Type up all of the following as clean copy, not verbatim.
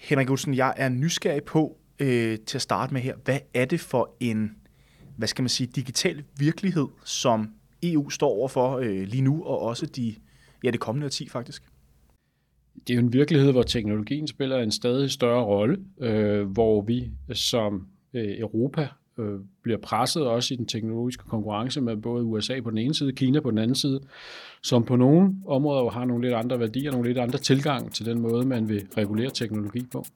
Henrik Utzon, jeg er nysgerrig på til at starte med her. Hvad er det for en, digital virkelighed, som EU står overfor lige nu, og også det kommende årti faktisk? Det er jo en virkelighed, hvor teknologien spiller en stadig større rolle, hvor vi som Europa bliver presset også i den teknologiske konkurrence med både USA på den ene side, Kina på den anden side, som på nogle områder har nogle lidt andre værdier, nogle lidt andre tilgang til den måde, man vil regulere teknologi på.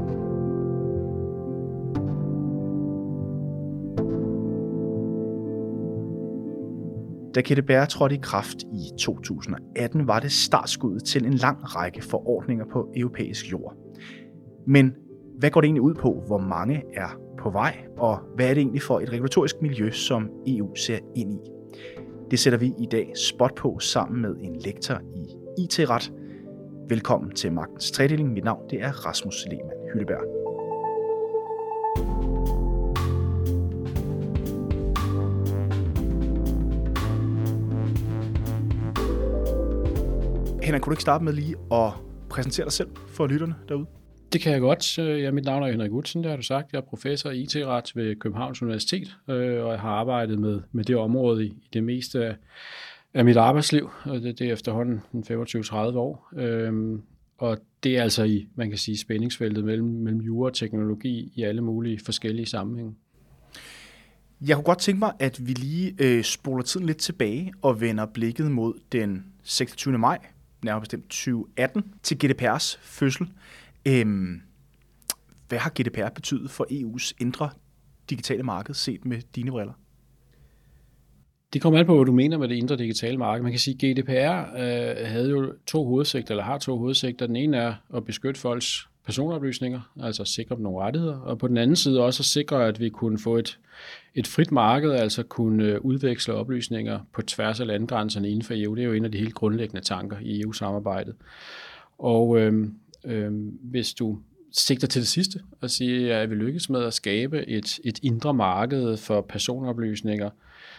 Da GDPR trådte i kraft i 2018, var det startskuddet til en lang række forordninger på europæisk jord. Men hvad går det egentlig ud på? Hvor mange er på vej? Og hvad er det egentlig for et regulatorisk miljø, som EU ser ind i? Det sætter vi i dag spot på sammen med en lektor i IT-ret. Velkommen til Magtens Tredeling. Mit navn det er Rasmus Lehmann Hylleberg. Henrik, kunne du ikke starte med lige at præsentere dig selv for lytterne derude? Det kan jeg godt. Mit navn er Henrik Utzon, det har du sagt. Jeg er professor i IT-ret ved Københavns Universitet, og jeg har arbejdet med det område i det meste af mit arbejdsliv, og det er efterhånden 25-30 år. Og det er altså i, man kan sige, spændingsfeltet mellem jura og teknologi i alle mulige forskellige sammenhænge. Jeg kunne godt tænke mig, at vi lige spoler tiden lidt tilbage og vender blikket mod den 26. maj, nærmere bestemt 2018, til GDPR's fødsel. Hvad har GDPR betydet for EU's indre digitale marked set med dine briller? Det kommer an på, hvad du mener med det indre digitale marked. Man kan sige, at GDPR havde jo har to hovedsigter. Den ene er at beskytte folks personoplysninger, altså at sikre dem nogle rettigheder, og på den anden side også at sikre, at vi kunne få et frit marked, altså kunne udveksle oplysninger på tværs af landegrænserne inden for EU. Det er jo en af de helt grundlæggende tanker i EU-samarbejdet. Og hvis du sigter til det sidste og siger, at vi lykkes med at skabe et indre marked for personoplysninger,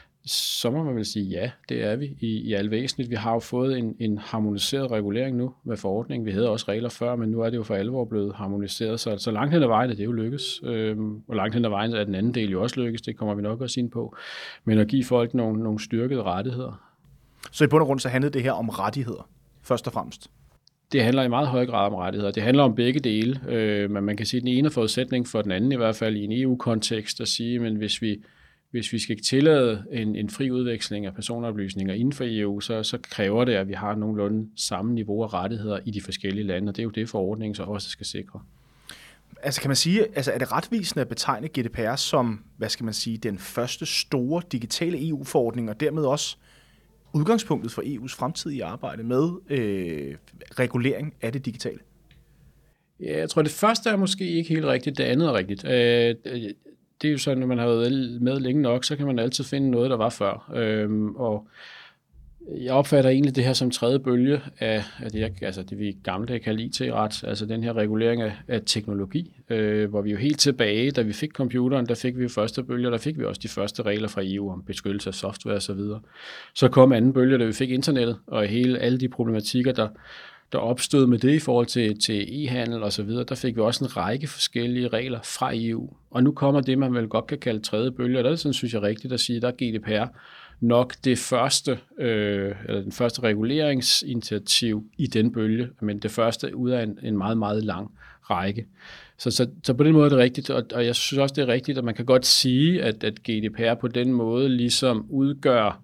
så må man vel sige, ja, det er vi i al væsentligt. Vi har jo fået en harmoniseret regulering nu med forordningen. Vi havde også regler før, men nu er det jo for alvor blevet harmoniseret. Så langt hen ad vejen er det jo lykkes, og langt hen ad vejen er den anden del jo også lykkes. Det kommer vi nok også ind på. Men at give folk nogle styrkede rettigheder. Så i bund og grund så handlede det her om rettigheder, først og fremmest? Det handler i meget høj grad om rettigheder. Det handler om begge dele, men man kan sige, at den ene forudsætning for den anden, i hvert fald i en EU-kontekst, at sige, men hvis vi skal tillade en fri udveksling af personoplysninger inden for EU, så kræver det, at vi har nogenlunde samme niveau af rettigheder i de forskellige lande, og det er jo det, forordningen så også skal sikre. Altså kan man sige, er det retvisende at betegne GDPR som, den første store digitale EU-forordning, og dermed også udgangspunktet for EU's fremtidige arbejde med regulering af det digitale? Ja, jeg tror, det første er måske ikke helt rigtigt, det andet er rigtigt. Det er jo sådan, når man har været med længe nok, så kan man altid finde noget, der var før. Og jeg opfatter egentlig det her som tredje bølge af det, vi i gamle dage kalder IT-ret, altså den her regulering af teknologi, hvor vi jo helt tilbage, da vi fik computeren, der fik vi jo første bølge, og der fik vi også de første regler fra EU om beskyttelse af software osv. Så kom anden bølge, da vi fik internettet, og alle de problematikker, der opstod med det i forhold til e-handel og så videre, der fik vi også en række forskellige regler fra EU. Og nu kommer det, man vel godt kan kalde tredje bølge, og der er sådan, synes jeg rigtigt at sige, der er GDPR nok det første, eller den første reguleringsinitiativ i den bølge, men det første ud af en meget, meget lang række. Så på den måde er det rigtigt, og jeg synes også, det er rigtigt, at man kan godt sige, at GDPR på den måde ligesom udgør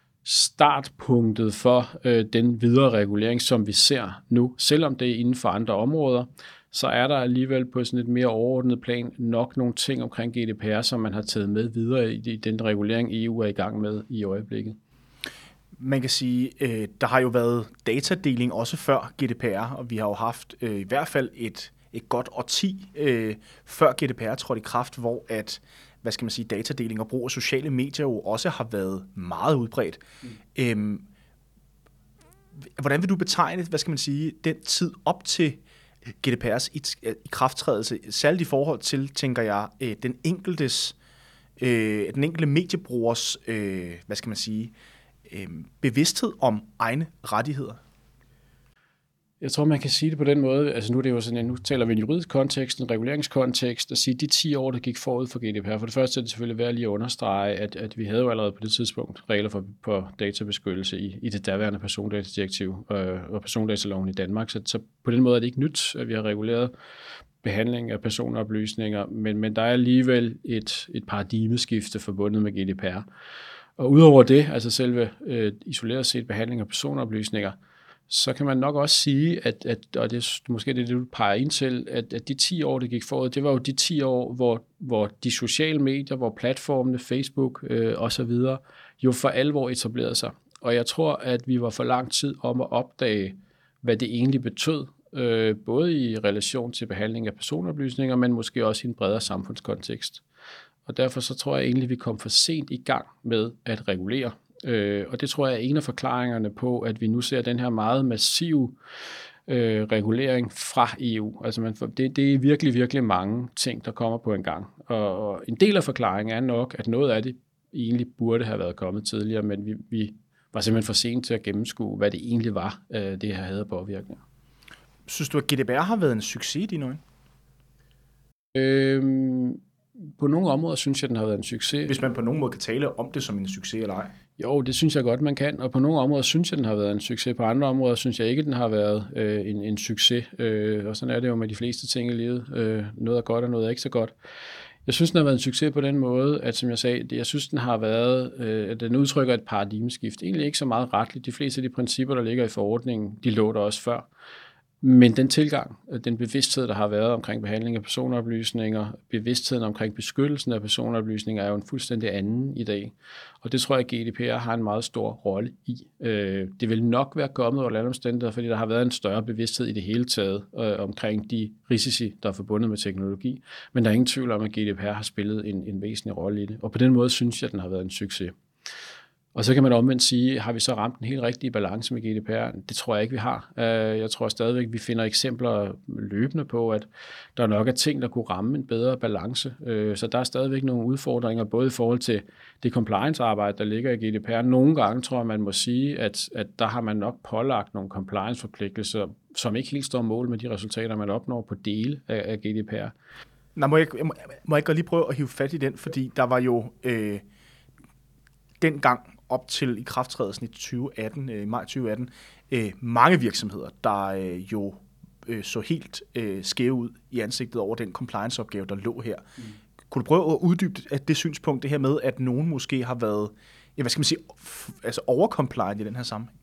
startpunktet for den videre regulering, som vi ser nu. Selvom det er inden for andre områder, så er der alligevel på sådan et mere overordnet plan nok nogle ting omkring GDPR, som man har taget med videre i den regulering, EU er i gang med i øjeblikket. Man kan sige, der har jo været datadeling også før GDPR, og vi har jo haft i hvert fald et godt årti før GDPR trådte i kraft, hvor at datadeling og brug af sociale medier jo også har været meget udbredt. Hvordan vil du betegne, den tid op til GDPR's ikrafttrædelse, særligt i forhold til, tænker jeg, den enkelte mediebrugers, bevidsthed om egne rettigheder? Jeg tror, man kan sige det på den måde, altså nu er det jo sådan, nu taler vi en juridisk kontekst, en reguleringskontekst, at sige, de 10 år, der gik forud for GDPR. For det første er det selvfølgelig værd lige at understrege, at vi havde jo allerede på det tidspunkt regler for databeskyttelse i det daværende persondatadirektiv og persondataloven i Danmark. Så på den måde er det ikke nyt, at vi har reguleret behandling af personoplysninger, men der er alligevel et paradigmeskifte forbundet med GDPR. Og udover det, altså selve isoleret set behandling af personoplysninger, så kan man nok også sige, og det er måske det, du peger ind til, at de 10 år, det gik forud, det var jo de 10 år, hvor de sociale medier, hvor platformene, Facebook osv., jo for alvor etablerede sig. Og jeg tror, at vi var for lang tid om at opdage, hvad det egentlig betød, både i relation til behandling af personoplysninger, men måske også i en bredere samfundskontekst. Og derfor så tror jeg egentlig, at vi kom for sent i gang med at regulere. Og det tror jeg er en af forklaringerne på, at vi nu ser den her meget massive regulering fra EU. Altså det er virkelig, virkelig mange ting, der kommer på en gang. Og en del af forklaringen er nok, at noget af det egentlig burde have været kommet tidligere, men vi var simpelthen for sent til at gennemskue, hvad det egentlig var, det her havde påvirkninger. Synes du, at GDPR har været en succes i dine øjne? På nogle områder synes jeg, den har været en succes. Hvis man på nogen måde kan tale om det som en succes eller ej? Jo, det synes jeg godt, man kan. Og på nogle områder synes jeg, den har været en succes. På andre områder synes jeg ikke, den har været en succes. Og sådan er det jo med de fleste ting i livet. Noget er godt, og noget er ikke så godt. Jeg synes, den har været en succes på den måde, at som jeg sagde, jeg synes, den har været, at den udtrykker et paradigmeskift. Egentlig ikke så meget retligt. De fleste af de principper, der ligger i forordningen, de lå der også før. Men den tilgang, den bevidsthed, der har været omkring behandling af personoplysninger, bevidstheden omkring beskyttelsen af personoplysninger, er jo en fuldstændig anden i dag. Og det tror jeg, at GDPR har en meget stor rolle i. Det vil nok være kommet over andre omstændigheder, fordi der har været en større bevidsthed i det hele taget omkring de risici, der er forbundet med teknologi. Men der er ingen tvivl om, at GDPR har spillet en væsentlig rolle i det. Og på den måde synes jeg, at den har været en succes. Og så kan man omvendt sige, har vi så ramt en helt rigtig balance med GDPR? Det tror jeg ikke, vi har. Jeg tror stadigvæk, vi finder eksempler løbende på, at der nok er ting, der kunne ramme en bedre balance. Så der er stadigvæk nogle udfordringer, både i forhold til det compliance-arbejde, der ligger i GDPR. Nogle gange tror jeg, man må sige, at der har man nok pålagt nogle compliance-forpligtelser, som ikke helt står mål med de resultater, man opnår på dele af GDPR. Nej, må jeg ikke lige prøve at hive fat i den, fordi der var jo dengang op til ikrafttrædelsen i 2018, i maj 2018, mange virksomheder, der jo så helt skæve ud i ansigtet over den compliance-opgave, der lå her. Kunne du prøve at uddybe det synspunkt, det her med, at nogen måske har været, hvad skal man sige, altså overcompliant i den her sammenhæng?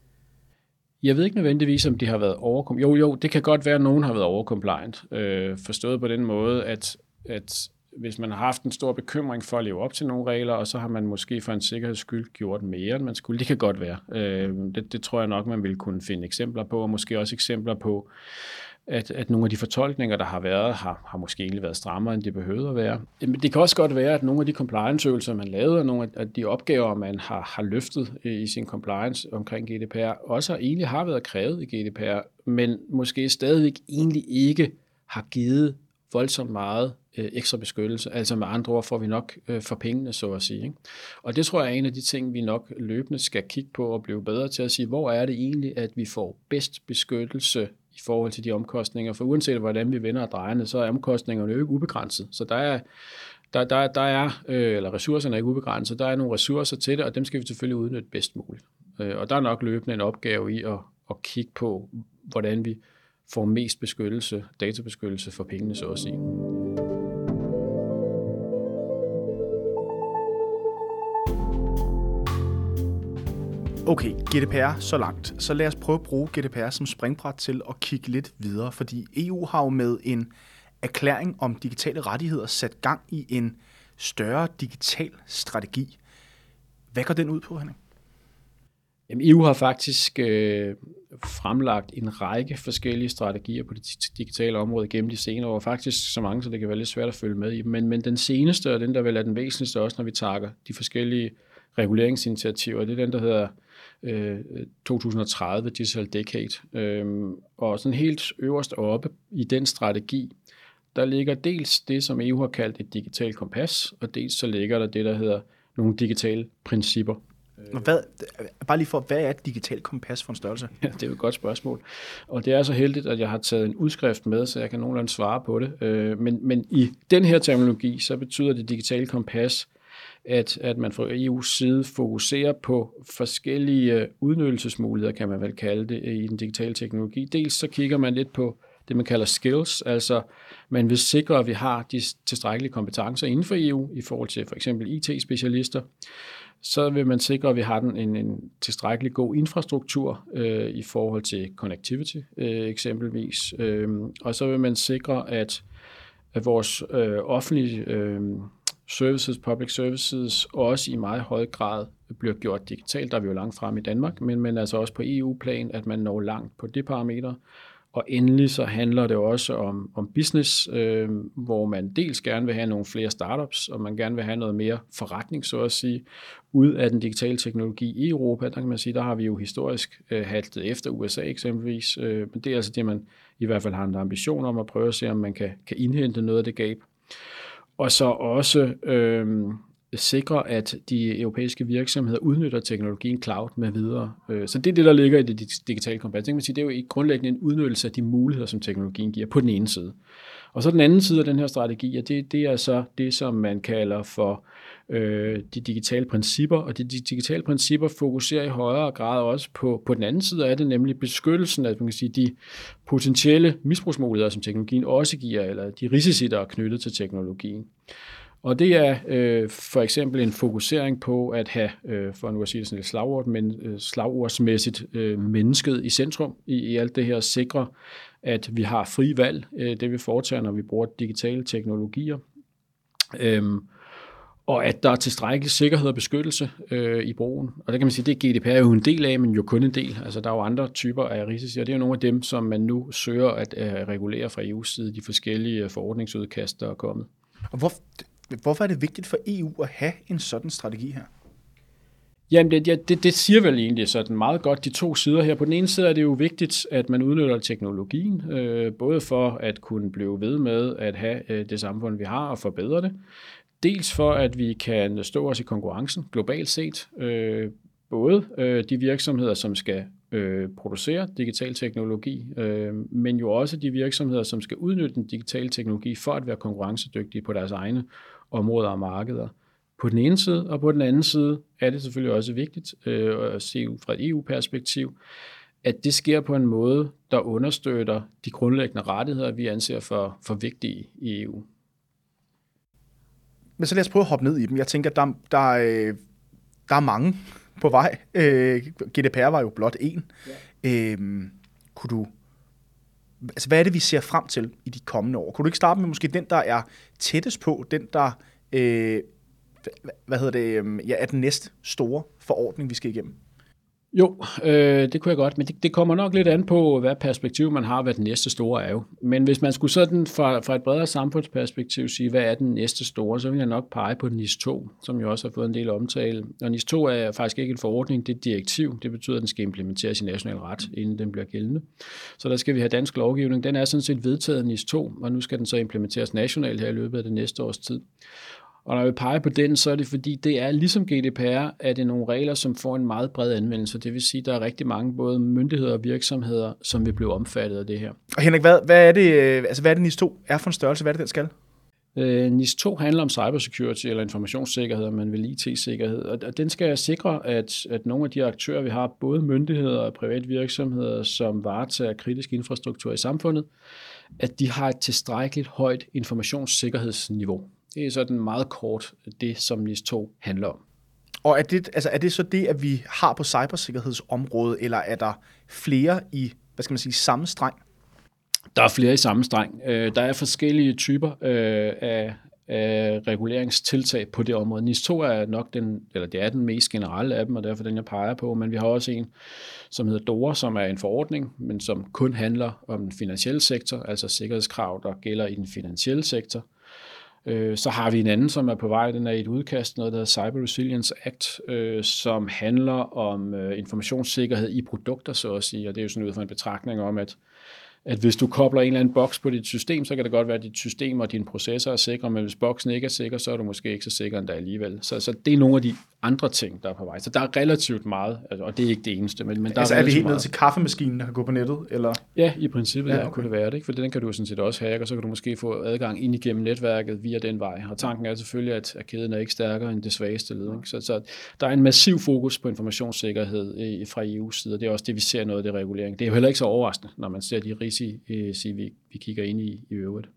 Jeg ved ikke nødvendigvis, om de har været overcompliant. Jo, det kan godt være, at nogen har været overcompliant. Forstået på den måde, at hvis man har haft en stor bekymring for at leve op til nogle regler, og så har man måske for en sikkerheds skyld gjort mere, end man skulle. Det kan godt være. Det tror jeg nok, man vil kunne finde eksempler på, og måske også eksempler på, at nogle af de fortolkninger, der har været, har måske egentlig været strammere, end det behøvede at være. Det kan også godt være, at nogle af de compliance-øvelser, man lavede, og nogle af de opgaver, man har løftet i sin compliance omkring GDPR, også egentlig har været krævet i GDPR, men måske stadigvæk egentlig ikke har givet voldsomt meget ekstra beskyttelse. Altså med andre ord får vi nok for pengene, så at sige. Ikke? Og det tror jeg er en af de ting, vi nok løbende skal kigge på og blive bedre til at sige, hvor er det egentlig, at vi får bedst beskyttelse i forhold til de omkostninger. For uanset hvordan vi vender og drejer, så er omkostningerne jo ikke ubegrænset. Så der er eller ressourcerne er ikke ubegrænset, der er nogle ressourcer til det, og dem skal vi selvfølgelig udnytte bedst muligt. Og der er nok løbende en opgave i at kigge på, hvordan vi får mest beskyttelse, databeskyttelse for pengene, så at sige. Okay, GDPR så langt. Så lad os prøve at bruge GDPR som springbræt til at kigge lidt videre, fordi EU har jo med en erklæring om digitale rettigheder sat gang i en større digital strategi. Hvad går den ud på, Henning? Jamen, EU har faktisk fremlagt en række forskellige strategier på det digitale område gennem de senere år. Faktisk så mange, så det kan være lidt svært at følge med i. Men den seneste, og den der vel er den væsentligste også, når vi tager de forskellige reguleringsinitiativer, det er den, der hedder 2030 Digital Decade. Og sådan helt øverst oppe i den strategi, der ligger dels det, som EU har kaldt et digitalt kompas, og dels så ligger der det, der hedder nogle digitale principper. Hvad er et digitalt kompas for en størrelse? Ja, det er jo et godt spørgsmål. Og det er så heldigt, at jeg har taget en udskrift med, så jeg kan nogenlunde svare på det. Men i den her terminologi, så betyder det digitale kompas, at man fra EU's side fokuserer på forskellige udnyttelsesmuligheder, kan man vel kalde det, i den digitale teknologi. Dels så kigger man lidt på det, man kalder skills, altså man vil sikre, at vi har de tilstrækkelige kompetencer inden for EU, i forhold til for eksempel IT-specialister. Så vil man sikre, at vi har en tilstrækkelig god infrastruktur i forhold til connectivity eksempelvis. Og så vil man sikre, at vores offentlige services, public services, også i meget høj grad bliver gjort digitalt. Der er vi jo langt frem i Danmark, men altså også på EU-plan, at man når langt på det parameter. Og endelig så handler det også om business, hvor man dels gerne vil have nogle flere startups, og man gerne vil have noget mere forretning, så at sige, ud af den digitale teknologi i Europa. Der kan man sige, der har vi jo historisk haltet efter USA eksempelvis, men det er altså det, man i hvert fald har en ambition om at prøve at se, om man kan indhente noget af det gab. Og så også sikre, at de europæiske virksomheder udnytter teknologien cloud med videre. Så det er det, der ligger i det digitale kompas. Det er jo ikke grundlæggende en udnyttelse af de muligheder, som teknologien giver på den ene side. Og så den anden side af den her strategi, og det er så det, som man kalder for de digitale principper. Og de digitale principper fokuserer i højere grad også på den anden side af det, nemlig beskyttelsen af, man kan sige, de potentielle misbrugsmuligheder, som teknologien også giver, eller de risici, der er knyttet til teknologien. Og det er for eksempel en fokusering på at have, for nu at sige det sådan et slagord, men slagordsmæssigt mennesket i centrum i alt det her, sikre, at vi har fri valg, det vi foretager, når vi bruger digitale teknologier, og at der er tilstrækkelig sikkerhed og beskyttelse i brugen. Og der kan man sige, det GDPR er jo en del af, men jo kun en del. Altså der er jo andre typer af risici, og det er jo nogle af dem, som man nu søger at regulere fra EU's side, de forskellige forordningsudkast, der er kommet. Og hvorfor er det vigtigt for EU at have en sådan strategi her? Jamen, det siger vel egentlig sådan meget godt de to sider her. På den ene side er det jo vigtigt, at man udnytter teknologien, både for at kunne blive ved med at have det samfund, vi har, og forbedre det. Dels for, at vi kan stå os i konkurrencen globalt set. Både de virksomheder, som skal producere digital teknologi, men jo også de virksomheder, som skal udnytte den digitale teknologi for at være konkurrencedygtige på deres egne områder og markeder. På den ene side, og på den anden side er det selvfølgelig også vigtigt at se fra et EU-perspektiv, at det sker på en måde, der understøtter de grundlæggende rettigheder, vi anser for vigtige i EU. Men så lad os prøve at hoppe ned i dem. Jeg tænker, der er mange på vej. GDPR var jo blot en. Ja. Hvad er det, vi ser frem til i de kommende år? Kunne du ikke starte med måske den, der er tættest på, den, der er den næste store forordning, vi skal igennem? Jo, det kunne jeg godt, men det kommer nok lidt an på, hvad perspektiv man har, hvad den næste store er jo. Men hvis man skulle sådan fra et bredere samfundsperspektiv sige, hvad er den næste store, så vil jeg nok pege på NIS2, som jo også har fået en del omtale. Og NIS2 er faktisk ikke en forordning, det er et direktiv. Det betyder, at den skal implementeres i national ret, inden den bliver gældende. Så der skal vi have dansk lovgivning. Den er sådan set vedtaget NIS2, og nu skal den så implementeres nationalt her i løbet af det næste års tid. Og når vi peger på den, så er det fordi, det er ligesom GDPR, at det er nogle regler, som får en meget bred anvendelse. Det vil sige, at der er rigtig mange både myndigheder og virksomheder, som vil blive omfattet af det her. Og Henrik, hvad er det, hvad er det NIS2 er for en størrelse? Hvad er det, den skal? NIS2 handler om cybersecurity eller informationssikkerhed, man vil IT-sikkerhed. Og den skal sikre, at nogle af de aktører, vi har, både myndigheder og private virksomheder, som varetager kritisk infrastruktur i samfundet, at de har et tilstrækkeligt højt informationssikkerhedsniveau. Det er sådan meget kort det, som NIS2 handler om. Og er det så det, at vi har på cybersikkerhedsområdet, eller er der flere i, samme streng? Der er flere i samme streng. Der er forskellige typer af reguleringstiltag på det område. NIS2 er nok den mest generelle af dem, og derfor den, jeg peger på. Men vi har også en, som hedder DORA, som er en forordning, men som kun handler om den finansielle sektor, altså sikkerhedskrav, der gælder i den finansielle sektor. Så har vi en anden, som er på vej, den er i et udkast, noget der hedder Cyber Resilience Act, som handler om informationssikkerhed i produkter, så at sige, og det er jo sådan ud fra en betragtning om, at hvis du kobler en eller anden boks på dit system, så kan det godt være, at dit system og din processor er sikre, men hvis boksen ikke er sikker, så er du måske ikke så sikker endda alligevel. Så det er nogle af de andre ting, der er på vej. Så der er relativt meget, altså, og det er ikke det eneste. Men der altså er vi helt ned til kaffemaskinen, der kan gå på nettet? Eller? Ja, i princippet okay. Kunne det være det, ikke? For den kan du sådan set også hacke, og så kan du måske få adgang ind igennem netværket via den vej. Og tanken er selvfølgelig, at kæden er ikke stærkere end det svageste led. Ikke? Så der er en massiv fokus på informationssikkerhed fra EU's side, og det er også det, vi ser noget af det regulering. Det er jo heller ikke så overraskende, når man ser de risici, vi kigger ind i øvrigt.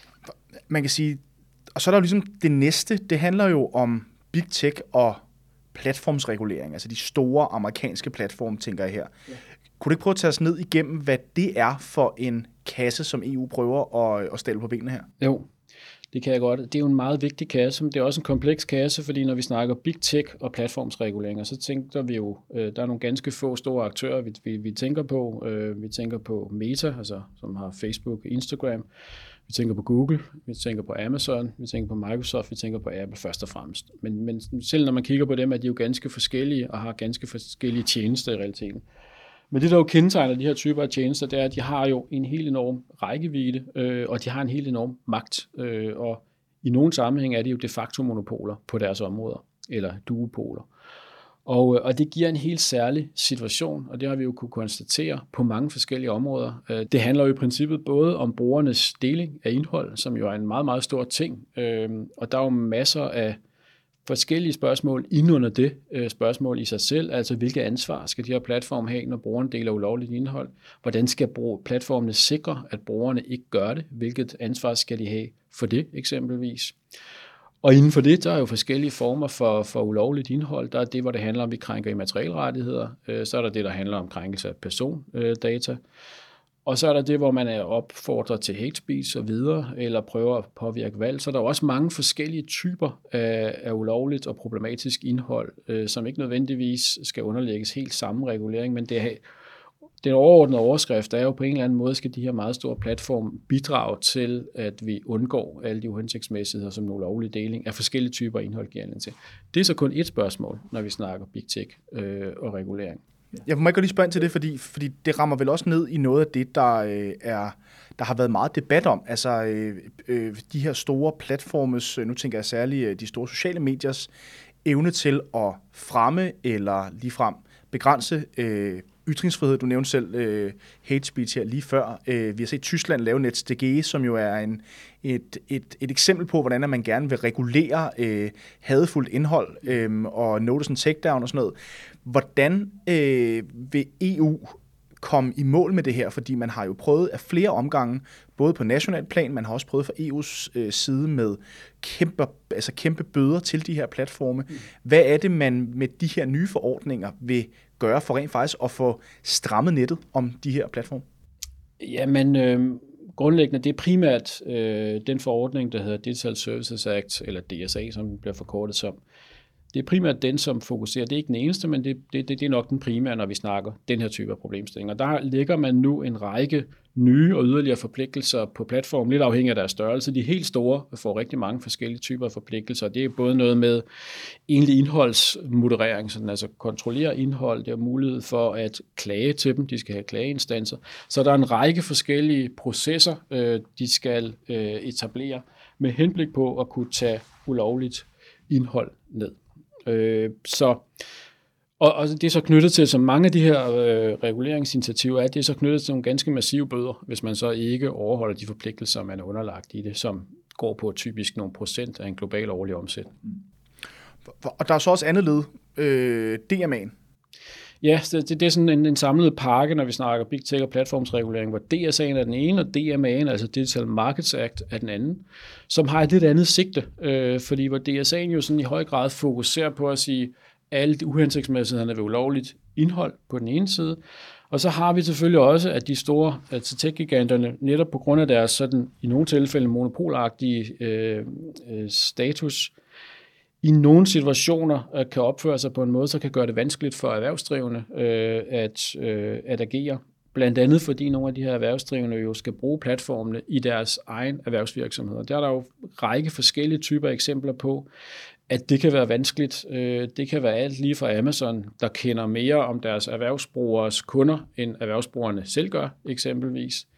Man kan sige, og så er der jo ligesom det næste, det handler jo om Big Tech og platformsregulering, altså de store amerikanske platforme, tænker jeg her. Ja. Kunne du ikke prøve at tage os ned igennem, hvad det er for en kasse, som EU prøver at stille på benene her? Jo, det kan jeg godt. Det er jo en meget vigtig kasse, men det er også en kompleks kasse, fordi når vi snakker Big Tech og platformsreguleringer, så tænker vi jo, der er nogle ganske få store aktører, vi tænker på. Vi tænker på Meta, altså, som har Facebook og Instagram. Vi tænker på Google, vi tænker på Amazon, vi tænker på Microsoft, vi tænker på Apple først og fremmest. Men selv når man kigger på dem, er de jo ganske forskellige og har ganske forskellige tjenester i realiteten. Men det, der jo kendetegner de her typer af tjenester, det er, at de har jo en helt enorm rækkevidde, og de har en helt enorm magt. Og i nogle sammenhæng er det jo de facto monopoler på deres områder, eller duopoler. Og det giver en helt særlig situation, og det har vi jo kunne konstatere på mange forskellige områder. Det handler jo i princippet både om brugernes deling af indhold, som jo er en meget, meget stor ting, og der er jo masser af forskellige spørgsmål indunder det spørgsmål i sig selv, altså hvilket ansvar skal de her platforme have, når brugerne deler ulovligt indhold? Hvordan skal platformene sikre, at brugerne ikke gør det? Hvilket ansvar skal de have for det eksempelvis? Og inden for det, der er jo forskellige former for ulovligt indhold. Der er det, hvor det handler om, at vi krænker immaterielrettigheder. Så er der det, der handler om krænkelse af persondata. Og så er der det, hvor man er opfordret til hate speech og videre, eller prøver at påvirke valg. Så er der også mange forskellige typer af ulovligt og problematisk indhold, som ikke nødvendigvis skal underlægges helt samme regulering, men den overordnede overskrift er jo på en eller anden måde, skal de her meget store platforme bidrage til, at vi undgår alle de uhensigtsmæssigheder, som en ulovlig deling af forskellige typer indhold giver anledning til. Det er så kun et spørgsmål, når vi snakker Big Tech og regulering. Jeg må ikke lige spørge ind til det, fordi det rammer vel også ned i noget af det, der har været meget debat om. Altså de her store platformes, nu tænker jeg særligt de store sociale mediers evne til at fremme eller ligefrem begrænse ytringsfrihed. Du nævnte selv hate speech her lige før. Vi har set Tyskland lave NetzDG, som jo er et eksempel på, hvordan man gerne vil regulere hadefuldt indhold og notice and takedown og sådan noget. Hvordan vil EU komme i mål med det her? Fordi man har jo prøvet af flere omgange, både på national plan, man har også prøvet fra EU's side med kæmpe bøder til de her platforme. Hvad er det, man med de her nye forordninger vil gøre for rent faktisk at få strammet nettet om de her platforme? Jamen, grundlæggende, det er primært den forordning, der hedder Digital Services Act, eller DSA, som den bliver forkortet som. Det er primært den, som fokuserer. Det er ikke den eneste, men det er nok den primære, når vi snakker den her type af problemstillinger. Der ligger man nu en række nye og yderligere forpligtelser på platformen, lidt afhængig af deres størrelse. De helt store får rigtig mange forskellige typer af forpligtelser. Det er både noget med egentlig indholdsmoderering, sådan altså kontrollere indhold, det er mulighed for at klage til dem, de skal have klageinstanser. Så der er en række forskellige processer, de skal etablere med henblik på at kunne tage ulovligt indhold ned. Og det er så knyttet til, som mange af de her reguleringsinitiativer er, det er så knyttet til nogle ganske massive bøder, hvis man så ikke overholder de forpligtelser, man er underlagt i det, som går på typisk nogle procent af en global årlig omsætning. Og der er så også andet led, DMA'en. Ja, det er sådan en samlet pakke, når vi snakker Big Tech og platformsregulering, hvor DSA'en er den ene, og DMA'en, altså Digital Markets Act, er den anden, som har et lidt andet sigte, fordi hvor DSA'en jo sådan i høj grad fokuserer på at sige, alle de uhensigtsmæssigheder ved ulovligt indhold på den ene side, og så har vi selvfølgelig også, at de store tech-giganterne, netop på grund af deres sådan, i nogle tilfælde monopolagtige status, i nogle situationer kan opføre sig på en måde, så kan gøre det vanskeligt for erhvervsdrivende at agere. Blandt andet fordi nogle af de her erhvervsdrivende jo skal bruge platformene i deres egen erhvervsvirksomheder. Der er der jo række forskellige typer eksempler på, at det kan være vanskeligt. Det kan være alt lige fra Amazon, der kender mere om deres erhvervsbrugeres kunder, end erhvervsbrugerne selv gør, eksempelvis.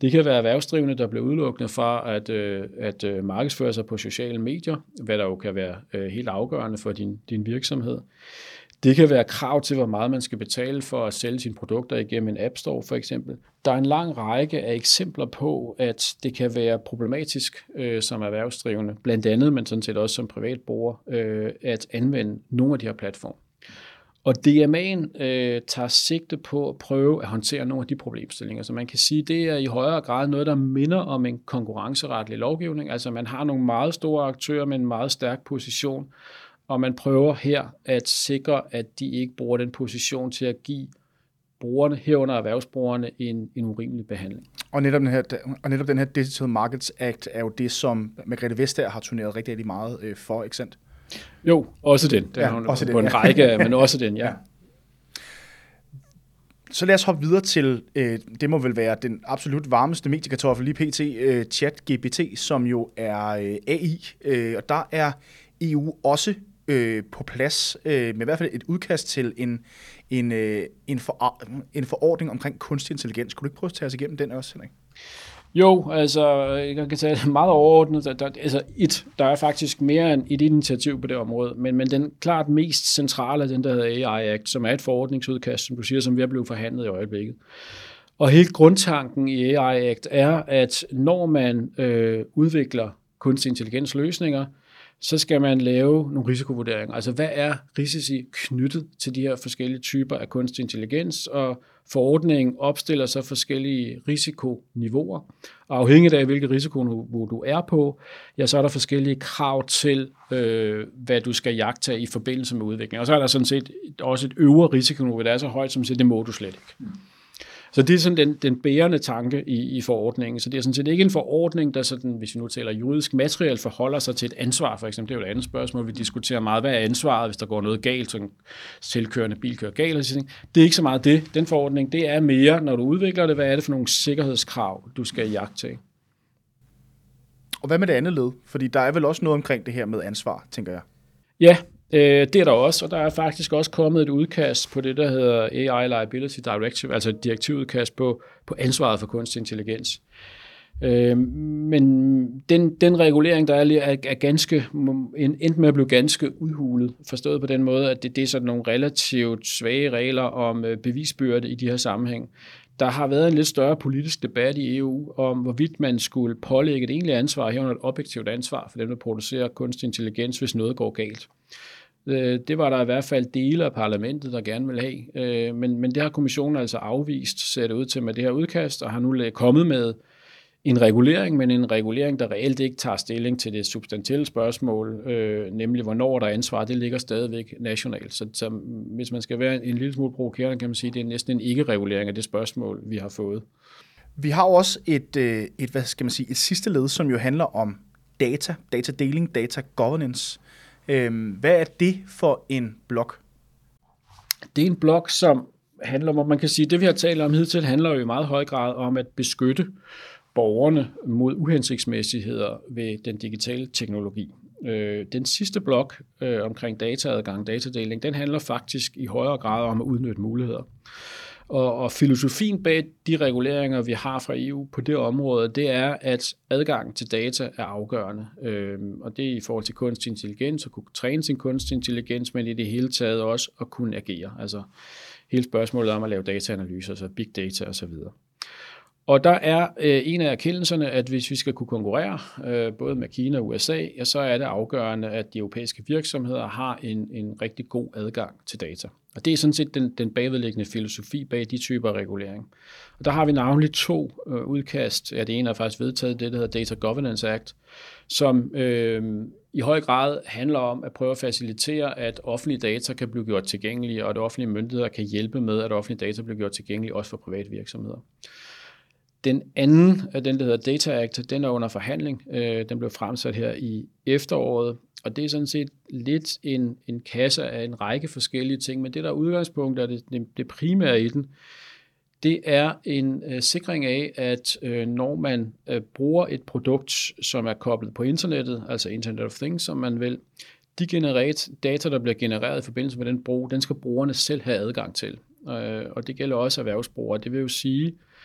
Det kan være erhvervsdrivende, der bliver udelukket fra at markedsføre sig på sociale medier, hvad der jo kan være helt afgørende for din virksomhed. Det kan være krav til, hvor meget man skal betale for at sælge sine produkter igennem en App Store for eksempel. Der er en lang række af eksempler på, at det kan være problematisk som erhvervsdrivende, blandt andet, men sådan set også som privatbruger, at anvende nogle af de her platforme. Og DMA'en tager sigte på at prøve at håndtere nogle af de problemstillinger. Så man kan sige, at det er i højere grad noget, der minder om en konkurrenceretlig lovgivning. Altså man har nogle meget store aktører med en meget stærk position, og man prøver her at sikre, at de ikke bruger den position til at give brugerne, herunder erhvervsbrugerne, en urimelig behandling. Og netop den her Digital Markets Act er jo det, som Margrethe Vestager har turneret rigtig meget for, ikke sandt? Jo, også den. Også på en række, men også den, ja. Så lad os hoppe videre til, det må vel være den absolut varmeste mediekartoffel lige pt, ChatGPT, som jo er AI, og der er EU også på plads med i hvert fald et udkast til en forordning omkring kunstig intelligens. Kunne du ikke prøve at tage os igennem den også, Henrik? Jo, altså jeg kan tage meget overordnet. Der er faktisk mere end et initiativ på det område, men den klart mest centrale er den, der hedder AI Act, som er et forordningsudkast, som du siger, som vi er blevet forhandlet i øjeblikket. Og hele grundtanken i AI Act er, at når man udvikler kunstig intelligens løsninger, så skal man lave nogle risikovurderinger. Altså, hvad er risici knyttet til de her forskellige typer af kunstig intelligens, og forordningen opstiller så forskellige risikoniveauer. Og afhængigt af, hvilket risikoniveau du er på, ja, så er der forskellige krav til, hvad du skal jagte i forbindelse med udvikling. Og så er der sådan set også et øvre risikoniveau, der er så højt, som det må du slet ikke. Så det er sådan den bærende tanke i forordningen. Så det er sådan set ikke en forordning, der sådan, hvis vi nu taler juridisk materiale, forholder sig til et ansvar, for eksempel. Det er jo et andet spørgsmål. Vi diskuterer meget, hvad er ansvaret, hvis der går noget galt, så en selvkørende bil kører galt. Det er ikke så meget det. Den forordning, det er mere, når du udvikler det, hvad er det for nogle sikkerhedskrav, du skal jagtage. Og hvad med det andet led? Fordi der er vel også noget omkring det her med ansvar, tænker jeg. Ja, det er der også, og der er faktisk også kommet et udkast på det, der hedder AI Liability Directive, altså et direktivudkast på ansvaret for kunstig intelligens. Men den regulering, der er ganske, endte med at blive ganske udhulet, forstået på den måde, at det er sådan nogle relativt svage regler om bevisbyrde i de her sammenhæng. Der har været en lidt større politisk debat i EU om, hvorvidt man skulle pålægge et egentligt ansvar, herunder et objektivt ansvar for dem, der producerer kunstig intelligens, hvis noget går galt. Det var der i hvert fald dele af parlamentet, der gerne vil have, men det har kommissionen altså afvist, ser det ud til med det her udkast, og har nu kommet med en regulering, men en regulering, der reelt ikke tager stilling til det substantielle spørgsmål, nemlig hvornår der er ansvar, det ligger stadigvæk nationalt. Så hvis man skal være en lille smule provokerende, kan man sige, at det er næsten en ikke-regulering af det spørgsmål, vi har fået. Vi har jo også et sidste led, som jo handler om datadeling, data governance. Hvad er det for en blok? Det er en blok, som handler om, man kan sige, det vi har talt om hidtil, handler jo i meget høj grad om at beskytte borgerne mod uhensigtsmæssigheder ved den digitale teknologi. Den sidste blok omkring dataadgang, datadeling, den handler faktisk i højere grad om at udnytte muligheder. Og filosofien bag de reguleringer, vi har fra EU på det område, det er, at adgang til data er afgørende. Og det er i forhold til kunstig intelligens, at kunne træne sin kunstig intelligens, men i det hele taget også at kunne agere. Altså hele spørgsmålet om at lave dataanalyser, altså big data osv. Og der er en af erkendelserne, at hvis vi skal kunne konkurrere både med Kina og USA, ja, så er det afgørende, at de europæiske virksomheder har en rigtig god adgang til data. Og det er sådan set den bagvedliggende filosofi bag de typer af regulering. Og der har vi navnlig 2 udkast. Ja, det ene er faktisk vedtaget, det der hedder Data Governance Act, som i høj grad handler om at prøve at facilitere, at offentlige data kan blive gjort tilgængelige, og at offentlige myndigheder kan hjælpe med, at offentlige data bliver gjort tilgængelige også for private virksomheder. Den anden, den der hedder Data Act, den er under forhandling. Den blev fremsat her i efteråret, og det er sådan set lidt en kasse af en række forskellige ting, men det der udgangspunkt er det primære i den, det er en sikring af, at når man bruger et produkt, som er koblet på internettet, altså Internet of Things, som man vil, de data, der bliver genereret i forbindelse med den brug, den skal brugerne selv have adgang til. Og det gælder også erhvervsbrugere. Det vil jo sige,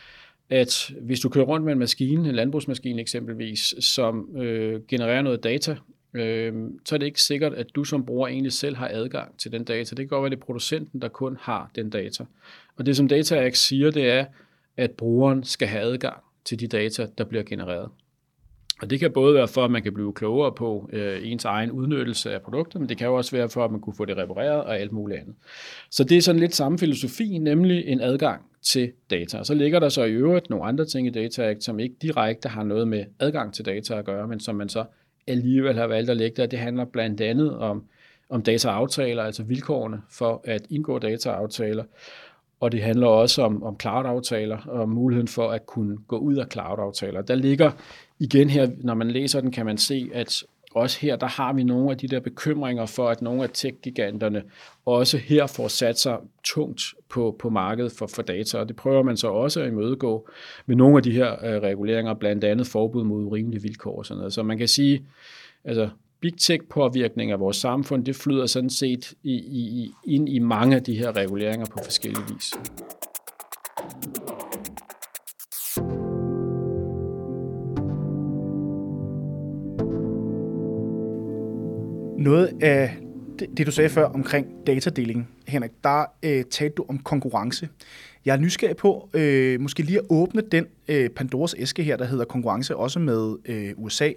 at hvis du kører rundt med en maskine, en landbrugsmaskine eksempelvis, som genererer noget data, så er det ikke sikkert, at du som bruger egentlig selv har adgang til den data. Det kan godt være, det er producenten, der kun har den data. Og det, som Data Act siger, det er, at brugeren skal have adgang til de data, der bliver genereret. Og det kan både være for, at man kan blive klogere på ens egen udnyttelse af produktet, men det kan jo også være for, at man kunne få det repareret og alt muligt andet. Så det er sådan lidt samme filosofi, nemlig en adgang til data. Og så ligger der så i øvrigt nogle andre ting i Data Act, som ikke direkte har noget med adgang til data at gøre, men som man så alligevel har valgt at lægge der. Det handler blandt andet om dataaftaler, altså vilkårene for at indgå dataaftaler. Og det handler også om cloud-aftaler og muligheden for at kunne gå ud af cloud-aftaler. Der ligger igen her, når man læser den, kan man se, at også her, der har vi nogle af de der bekymringer for, at nogle af tech-giganterne også her får sat sig tungt på markedet for data, og det prøver man så også at imødegå med nogle af de her reguleringer, blandt andet forbud mod urimelige vilkår og sådan noget. Så man kan sige, altså big tech-påvirkning af vores samfund, det flyder sådan set ind i mange af de her reguleringer på forskellige vis. Noget af det, du sagde før omkring datadeling, Henrik, der talte du om konkurrence. Jeg er nysgerrig på måske lige at åbne den Pandoras æske her, der hedder konkurrence, også med USA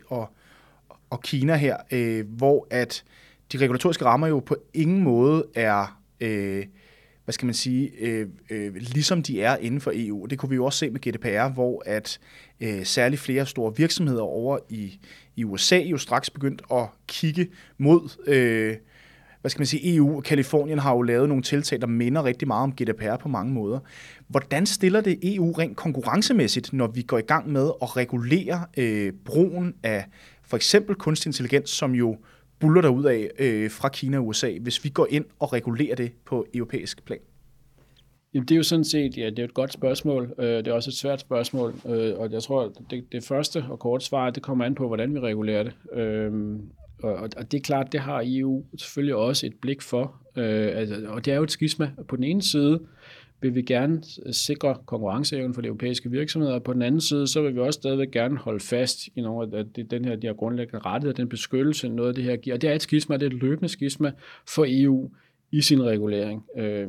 og Kina her, hvor at de regulatoriske rammer jo på ingen måde er, hvad skal man sige, ligesom de er inden for EU. Det kunne vi jo også se med GDPR, hvor at særligt flere store virksomheder over i USA jo straks begyndt at kigge mod, hvad skal man sige, EU og Kalifornien har jo lavet nogle tiltag, der minder rigtig meget om GDPR på mange måder. Hvordan stiller det EU rent konkurrencemæssigt, når vi går i gang med at regulere brugen af for eksempel kunstig intelligens, som jo buller derud af fra Kina og USA, hvis vi går ind og regulerer det på europæisk plan? Jamen, det er jo sådan set, ja, det er et godt spørgsmål. Det er også et svært spørgsmål, og jeg tror, det første og kort svar, det kommer an på, hvordan vi regulerer det. Og det er klart, det har EU selvfølgelig også et blik for, og det er jo et skisma. På den ene side vil vi gerne sikre konkurrenceevnen for de europæiske virksomheder, og på den anden side, så vil vi også stadigvæk gerne holde fast i nogle af de her grundlæggende rettigheder, den beskyttelse, noget af det her giver. Og det er et skisma, det er et løbende skisma for EU i sin regulering.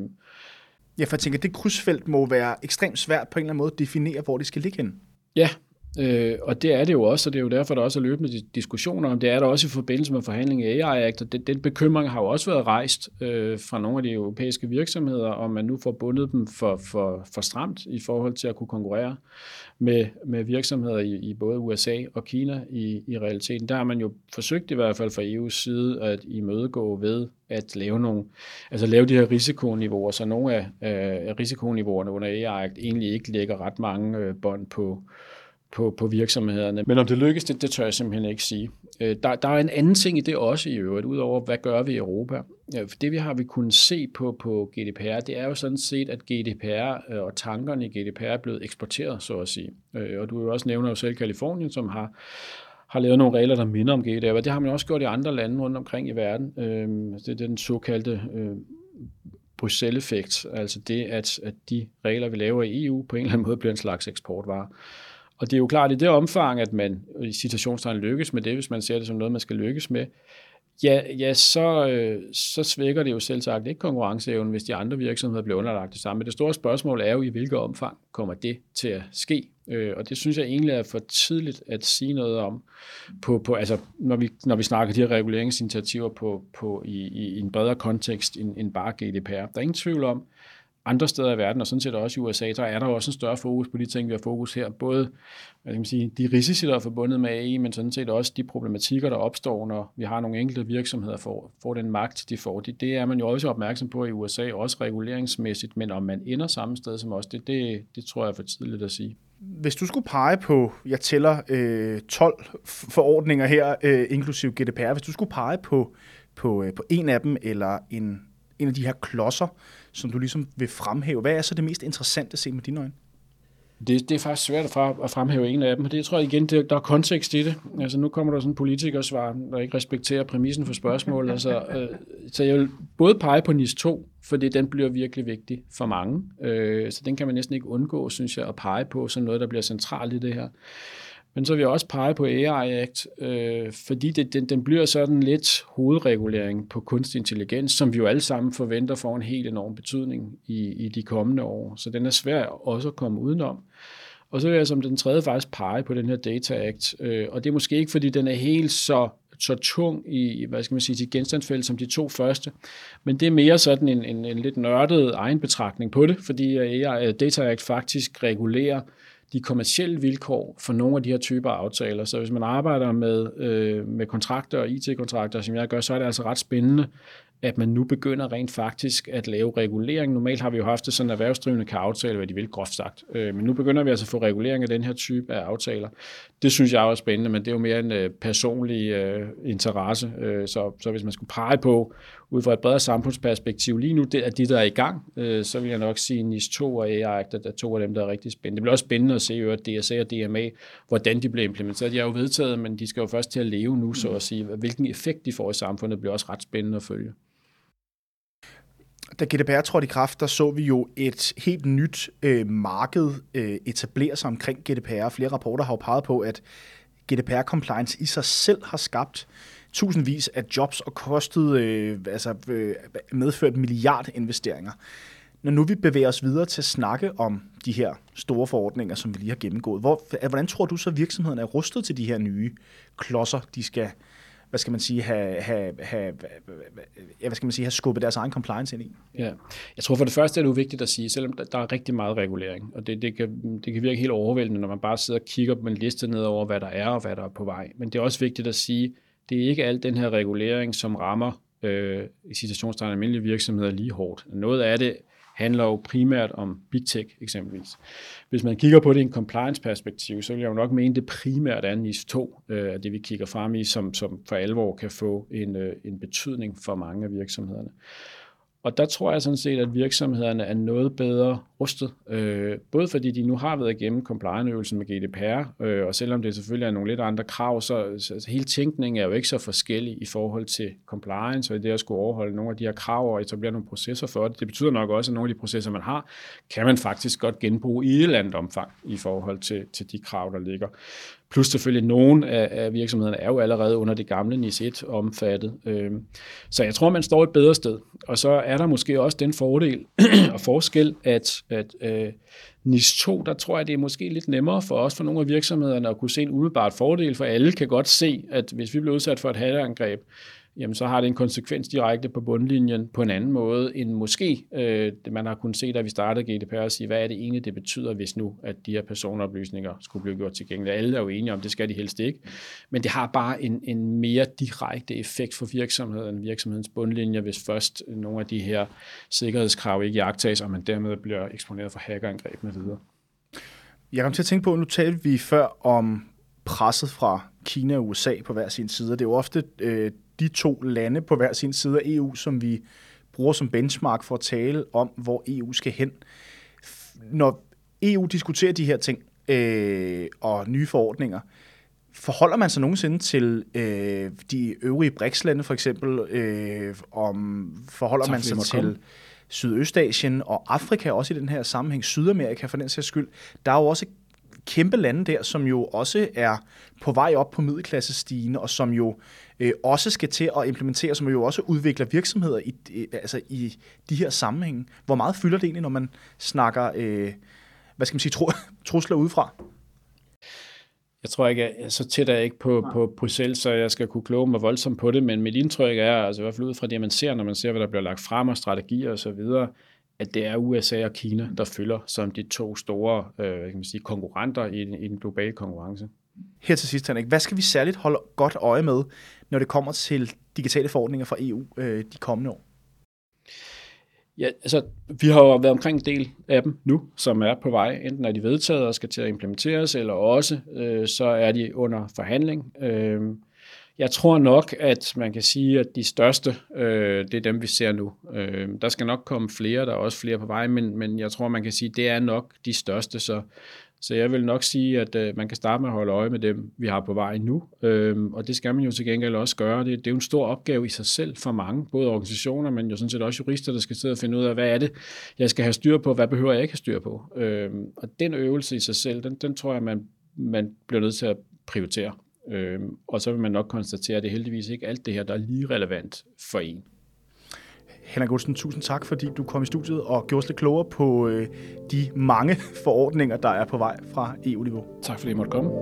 Ja, for jeg tænker, det krydsfelt må være ekstremt svært på en eller anden måde at definere, hvor det skal ligge hen. Ja, og det er det jo også, og det er jo derfor, der også er løbende diskussioner om det. Er der også i forbindelse med forhandlingen af AI Act, og den bekymring har jo også været rejst fra nogle af de europæiske virksomheder, om man nu får bundet dem for stramt i forhold til at kunne konkurrere med virksomheder i både USA og Kina i realiteten. Der har man jo forsøgt i hvert fald fra EU's side at imødegå ved at lave de her risikoniveauer, så nogle af risikoniveauerne under AI Act egentlig ikke lægger ret mange bånd på virksomhederne. Men om det lykkes, det tør jeg simpelthen ikke sige. Der er en anden ting i det også i øvrigt, udover hvad gør vi i Europa. For det vi har kunnet se på GDPR, det er jo sådan set, at GDPR og tankerne i GDPR er blevet eksporteret, så at sige. Og du jo også nævner jo selv Kalifornien, som har lavet nogle regler, der minder om GDPR. Det har man også gjort i andre lande rundt omkring i verden. Det er den såkaldte Bruxelles-effekt, altså det, at de regler, vi laver i EU, på en eller anden måde bliver en slags eksportvare. Og det er jo klart, i det omfang, at man i citationstegn lykkes med det, hvis man ser det som noget, man skal lykkes med, så svækker det jo selv sagt ikke konkurrenceevnen, hvis de andre virksomheder bliver underlagt det samme. Men det store spørgsmål er jo, i hvilket omfang kommer det til at ske? Og det synes jeg egentlig er for tidligt at sige noget om, altså, når vi snakker de her reguleringsinitiativer i en bredere kontekst end bare GDPR. Der er ingen tvivl om, andre steder i verden, og sådan set også i USA, der er der også en større fokus på de ting, vi har fokus her. Både de risici, der er forbundet med AI, men sådan set også de problematikker, der opstår, når vi har nogle enkelte virksomheder får den magt, de får. Det er man jo også opmærksom på i USA, også reguleringsmæssigt, men om man ender samme sted som os, det tror jeg er for tidligt at sige. Hvis du skulle pege på, jeg tæller 12 forordninger her, inklusive GDPR, hvis du skulle pege på en af dem, eller en af de her klodser, som du ligesom vil fremhæve, hvad er så det mest interessante set med dine øjne? Det er faktisk svært at fremhæve en af dem, og det tror jeg igen, der er kontekst i det. Altså nu kommer der sådan en politikersvar, der ikke respekterer præmissen for spørgsmålet. Så jeg vil både pege på NIS 2, fordi den bliver virkelig vigtig for mange. Så den kan man næsten ikke undgå, synes jeg, at pege på som noget, der bliver centralt i det her. Men så vil jeg også pege på AI Act, fordi den bliver sådan lidt hovedregulering på kunstig intelligens, som vi jo alle sammen forventer får en helt enorm betydning i de kommende år. Så den er svær også at komme udenom. Og så vil jeg som den tredje faktisk pege på den her Data Act, og det er måske ikke, fordi den er helt så tung i, hvad skal man sige, til genstandsfelt som de to første, men det er mere sådan en lidt nørdet egenbetragtning på det, fordi Data Act faktisk regulerer de kommercielle vilkår for nogle af de her typer af aftaler. Så hvis man arbejder med kontrakter og IT-kontrakter, som jeg gør, så er det altså ret spændende, at man nu begynder rent faktisk at lave regulering. Normalt har vi jo haft det sådan, at erhvervsdrivende kan aftale, hvad de vil, groft sagt. Men nu begynder vi altså at få regulering af den her type af aftaler. Det synes jeg er spændende, men det er jo mere en personlig interesse. Så hvis man skulle pege på, ud fra et bredere samfundsperspektiv, lige nu det er de, der er i gang, så vil jeg nok sige NIS 2 og AI Act, at der er to af dem, der er rigtig spændende. Det bliver også spændende at se DSA og DMA, hvordan de bliver implementeret. De er jo vedtaget, men de skal jo først til at leve nu, så at sige. Hvilken effekt de får i samfundet, bliver også ret spændende at følge. Da GDPR trådte i kraft, der så vi jo et helt nyt marked etablere sig omkring GDPR. Flere rapporter har jo peget på, at GDPR-compliance i sig selv har skabt tusindvis af jobs og medført milliardinvesteringer. Når nu vi bevæger os videre til at snakke om de her store forordninger, som vi lige har gennemgået, hvordan tror du så, at virksomhederne er rustet til de her nye klodser, de skal have skubbet deres egen compliance ind i? Ja. Jeg tror for det første er det jo vigtigt at sige, selvom der er rigtig meget regulering, og det kan virke helt overvældende, når man bare sidder og kigger på en liste ned over, hvad der er og hvad der er på vej. Men det er også vigtigt at sige, det er ikke al den her regulering, som rammer i citationstegn almindelige virksomheder lige hårdt. Noget af det handler jo primært om Big Tech eksempelvis. Hvis man kigger på det i en compliance-perspektiv, så vil jeg jo nok mene, det primært er NIS 2, det vi kigger frem i, som for alvor kan få en betydning for mange af virksomhederne. Og der tror jeg sådan set, at virksomhederne er noget bedre rustet, både fordi de nu har været igennem compliance-øvelsen med GDPR, og selvom det selvfølgelig er nogle lidt andre krav, så hele tænkningen er jo ikke så forskellig i forhold til compliance, og det at skulle overholde nogle af de her krav og etablere nogle processer for det. Det betyder nok også, at nogle af de processer, man har, kan man faktisk godt genbruge i et eller andet omfang i forhold til de krav, der ligger. Plus selvfølgelig, nogle af virksomhederne er jo allerede under det gamle NIS 1 omfattet. Så jeg tror, man står et bedre sted. Og så er der måske også den fordel og forskel, at NIS 2, der tror jeg, det er måske lidt nemmere for os, for nogle af virksomhederne, at kunne se en umiddelbart fordel, for alle kan godt se, at hvis vi bliver udsat for et hackerangreb, jamen så har det en konsekvens direkte på bundlinjen på en anden måde, end måske man har kunnet se, da vi startede GDPR, og sige, hvad er det egentlig, det betyder, hvis nu, at de her personoplysninger skulle blive gjort tilgængelige. Alle er jo enige om, det skal de helst ikke. Men det har bare en mere direkte effekt for virksomhedens bundlinje, hvis først nogle af de her sikkerhedskrav ikke iagttages, og man dermed bliver eksponeret for hackerangreb med videre. Jeg kom til at tænke på, nu talte vi før om presset fra Kina og USA på hver sin side. Det er jo ofte de to lande på hver sin side af EU, som vi bruger som benchmark for at tale om, hvor EU skal hen. Når EU diskuterer de her ting og nye forordninger, forholder man sig nogensinde til de øvrige BRICS-lande for eksempel? Forholder man sig til Sydøstasien og Afrika også i den her sammenhæng? Sydamerika for den sags skyld. Der er jo også kæmpe lande der, som jo også er på vej op på middelklassestigen, og som jo også skal til at implementere, som jo også udvikler virksomheder i de her sammenhænge. Hvor meget fylder det egentlig, når man snakker trusler udefra? Jeg tror ikke, så tæt er jeg ikke på Bruxelles, så jeg skal kunne kloge mig voldsomt på det, men mit indtryk er, altså i hvert fald ud fra det, man ser, når man ser, hvad der bliver lagt frem og strategier og så videre, at det er USA og Kina, der fylder som de to store konkurrenter i den globale konkurrence. Her til sidst, Henrik, hvad skal vi særligt holde godt øje med, når det kommer til digitale forordninger fra EU de kommende år? Ja, altså, vi har jo været omkring en del af dem nu, som er på vej. Enten er de vedtaget og skal til at implementeres, eller også så er de under forhandling. Jeg tror nok, at man kan sige, at de største, det er dem, vi ser nu. Der skal nok komme flere, der er også flere på vej, men jeg tror, man kan sige, at det er nok de største. Så jeg vil nok sige, at man kan starte med at holde øje med dem, vi har på vej nu. Og det skal man jo til gengæld også gøre. Det er jo en stor opgave i sig selv for mange, både organisationer, men jo sådan set også jurister, der skal sidde og finde ud af, hvad er det, jeg skal have styr på, hvad behøver jeg ikke have styr på. Og den øvelse i sig selv, den tror jeg, man bliver nødt til at prioritere. Og så vil man nok konstatere, at det er heldigvis ikke alt det her, der er lige relevant for en. Henrik Olsen, tusind tak, fordi du kom i studiet og gjorde os lidt klogere på de mange forordninger, der er på vej fra EU-niveau. Tak fordi I måtte komme.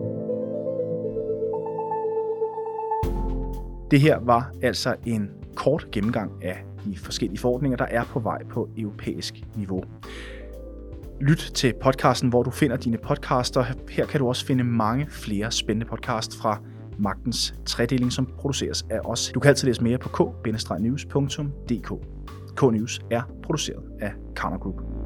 Det her var altså en kort gennemgang af de forskellige forordninger, der er på vej på europæisk niveau. Lyt til podcasten, hvor du finder dine podcaster. Her kan du også finde mange flere spændende podcasts fra Magtens Tredeling, som produceres af os. Du kan altid læse mere på k-news.dk. K-News er produceret af Karner Group.